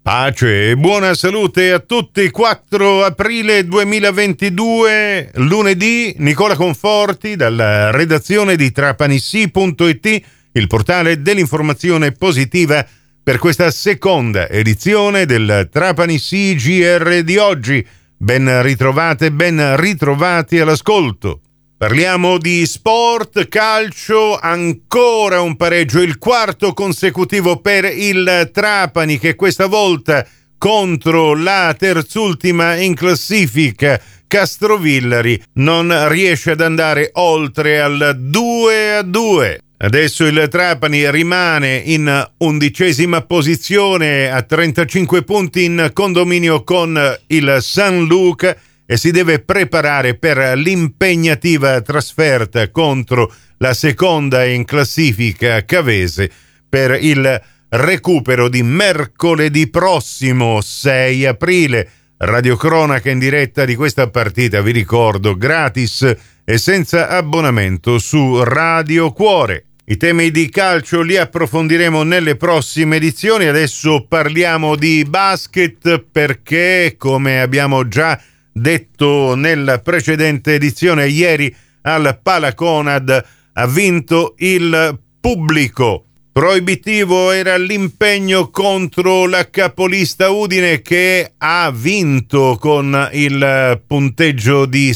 Pace e buona salute a tutti. 4 aprile 2022, lunedì. Nicola Conforti dalla redazione di trapanissi.it, il portale dell'informazione positiva, per questa seconda edizione del Trapanissi GR di oggi. Ben ritrovate, ben ritrovati all'ascolto. Parliamo di sport, calcio, ancora un pareggio, il quarto consecutivo per il Trapani, che questa volta contro la terzultima in classifica Castrovillari non riesce ad andare oltre al 2-2. Adesso il Trapani rimane in 11ª posizione a 35 punti in condominio con il San Luca e si deve preparare per l'impegnativa trasferta contro la seconda in classifica Cavese per il recupero di mercoledì prossimo 6 aprile. Radiocronaca in diretta di questa partita, vi ricordo, gratis e senza abbonamento su Radio Cuore. I temi di calcio li approfondiremo nelle prossime edizioni. Adesso parliamo di basket perché, come abbiamo già detto nella precedente edizione, ieri al Palaconad ha vinto il pubblico. Proibitivo era l'impegno contro la capolista Udine, che ha vinto con il punteggio di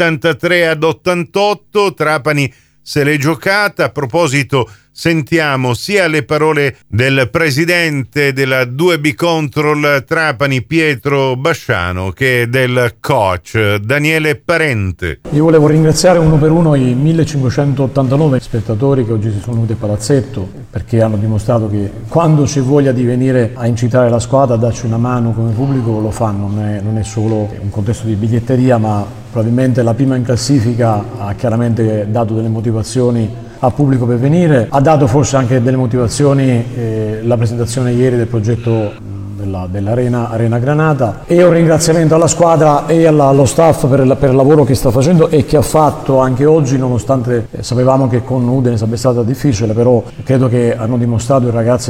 73-88. Trapani se l'è giocata. A proposito, sentiamo sia le parole del presidente della 2B Control Trapani Pietro Basciano che del coach Daniele Parente. Io volevo ringraziare uno per uno i 1589 spettatori che oggi si sono venuti a Palazzetto, perché hanno dimostrato che quando c'è voglia di venire a incitare la squadra, a darci una mano come pubblico, lo fanno. Non è solo un contesto di biglietteria, ma probabilmente la prima in classifica ha chiaramente dato delle motivazioni al pubblico per venire, ha dato forse anche delle motivazioni la presentazione ieri del progetto dell'Arena Granata, e un ringraziamento alla squadra e allo staff per il lavoro che sta facendo e che ha fatto anche oggi, nonostante sapevamo che con Udine sarebbe stata difficile, però credo che hanno dimostrato i ragazzi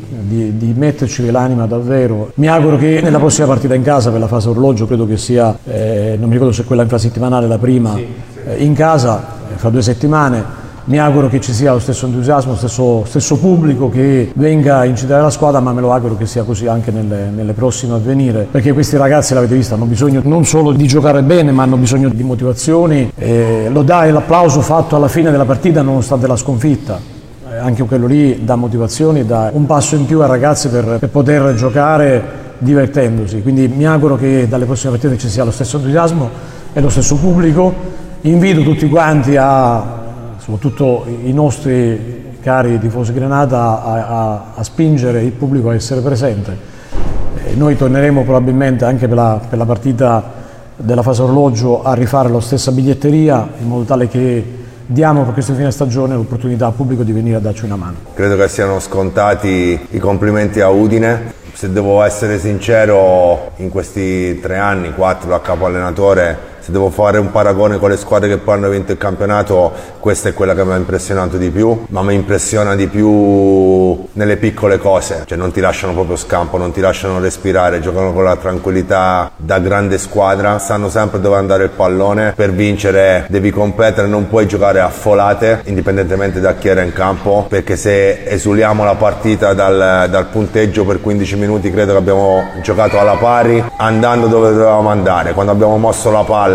di metterci l'anima davvero. Mi auguro che nella prossima partita in casa per la fase orologio, credo che sia, non mi ricordo se quella infrasettimanale, la prima, in casa, fra 2 settimane, mi auguro che ci sia lo stesso entusiasmo, lo stesso pubblico che venga a incitare la squadra, ma me lo auguro che sia così anche nelle prossime a venire, perché questi ragazzi, l'avete visto, hanno bisogno non solo di giocare bene, ma hanno bisogno di motivazioni. Lo dà l'applauso fatto alla fine della partita nonostante la sconfitta. Anche quello lì dà motivazioni, dà un passo in più ai ragazzi per poter giocare divertendosi. Quindi mi auguro che dalle prossime partite ci sia lo stesso entusiasmo e lo stesso pubblico. Invito tutti quanti soprattutto i nostri cari tifosi Granata, a spingere il pubblico a essere presente. Noi torneremo probabilmente anche per la partita della fase orologio a rifare la stessa biglietteria, in modo tale che diamo per questo fine stagione l'opportunità al pubblico di venire a darci una mano. Credo che siano scontati i complimenti a Udine. Se devo essere sincero, in questi 3 anni, 4 da capo allenatore, se devo fare un paragone con le squadre che poi hanno vinto il campionato, questa è quella che mi ha impressionato di più, ma mi impressiona di più nelle piccole cose, cioè non ti lasciano proprio scampo, non ti lasciano respirare, giocano con la tranquillità da grande squadra, sanno sempre dove andare il pallone. Per vincere devi competere, non puoi giocare a folate indipendentemente da chi era in campo, perché se esuliamo la partita dal punteggio per 15 minuti credo che abbiamo giocato alla pari, andando dove dovevamo andare. Quando abbiamo mosso la palla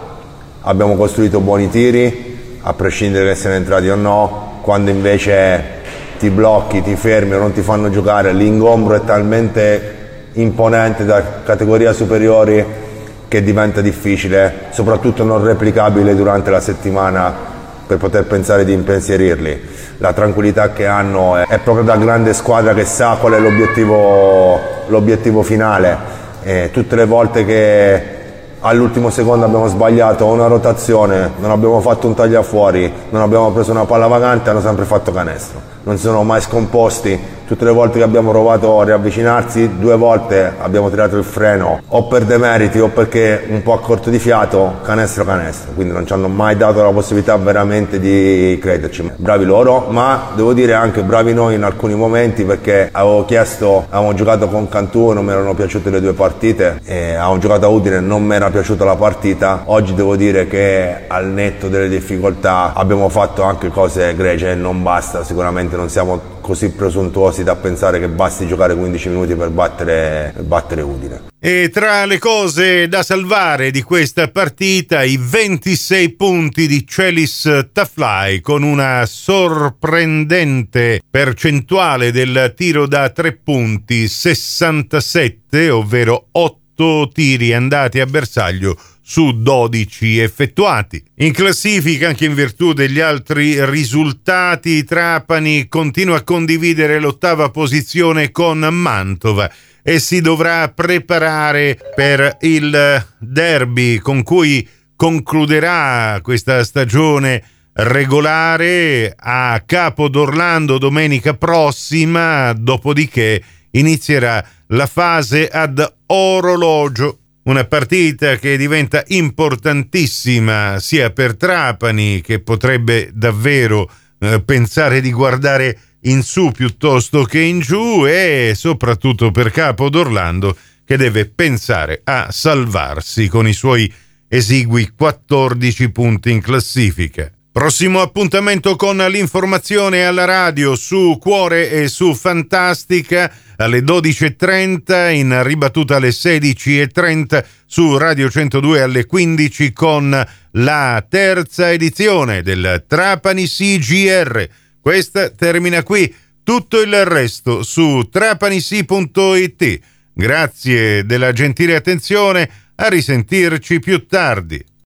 abbiamo costruito buoni tiri, a prescindere che siano entrati o no. Quando invece ti blocchi, ti fermi o non ti fanno giocare, l'ingombro è talmente imponente da categorie superiori che diventa difficile, soprattutto non replicabile durante la settimana, per poter pensare di impensierirli. La tranquillità che hanno è proprio da grande squadra che sa qual è l'obiettivo finale. Tutte le volte che all'ultimo secondo abbiamo sbagliato una rotazione, non abbiamo fatto un tagliafuori, non abbiamo preso una palla vagante, hanno sempre fatto canestro. non si sono mai scomposti. Tutte le volte che abbiamo provato a riavvicinarsi, 2 volte abbiamo tirato il freno o per demeriti o perché un po' a corto di fiato, canestro, quindi non ci hanno mai dato la possibilità veramente di crederci. Bravi loro, ma devo dire anche bravi noi in alcuni momenti, perché avevamo giocato con Cantù, non mi erano piaciute le 2 partite, e avevamo giocato a Udine, non mi era piaciuta la partita. Oggi devo dire che al netto delle difficoltà abbiamo fatto anche cose egregie, non basta, sicuramente non siamo così presuntuosi da pensare che basti giocare 15 minuti per battere Udine. E tra le cose da salvare di questa partita, i 26 punti di Celis Taflai, con una sorprendente percentuale del tiro da 3 punti, 67, ovvero 8 tiri andati a bersaglio su 12 effettuati. In classifica, anche in virtù degli altri risultati, Trapani continua a condividere l'8ª posizione con Mantova e si dovrà preparare per il derby con cui concluderà questa stagione regolare a Capo d'Orlando domenica prossima, dopodiché inizierà la fase ad orologio. Una partita che diventa importantissima sia per Trapani, che potrebbe davvero pensare di guardare in su piuttosto che in giù, e soprattutto per Capo d'Orlando, che deve pensare a salvarsi con i suoi esigui 14 punti in classifica. Prossimo appuntamento con l'informazione alla radio su Cuore e su Fantastica alle 12.30, in ribattuta alle 16.30 su Radio 102 alle 15 con la terza edizione del Trapani CGR. Questa termina qui, tutto il resto su trapanisi.it. Grazie della gentile attenzione, a risentirci più tardi.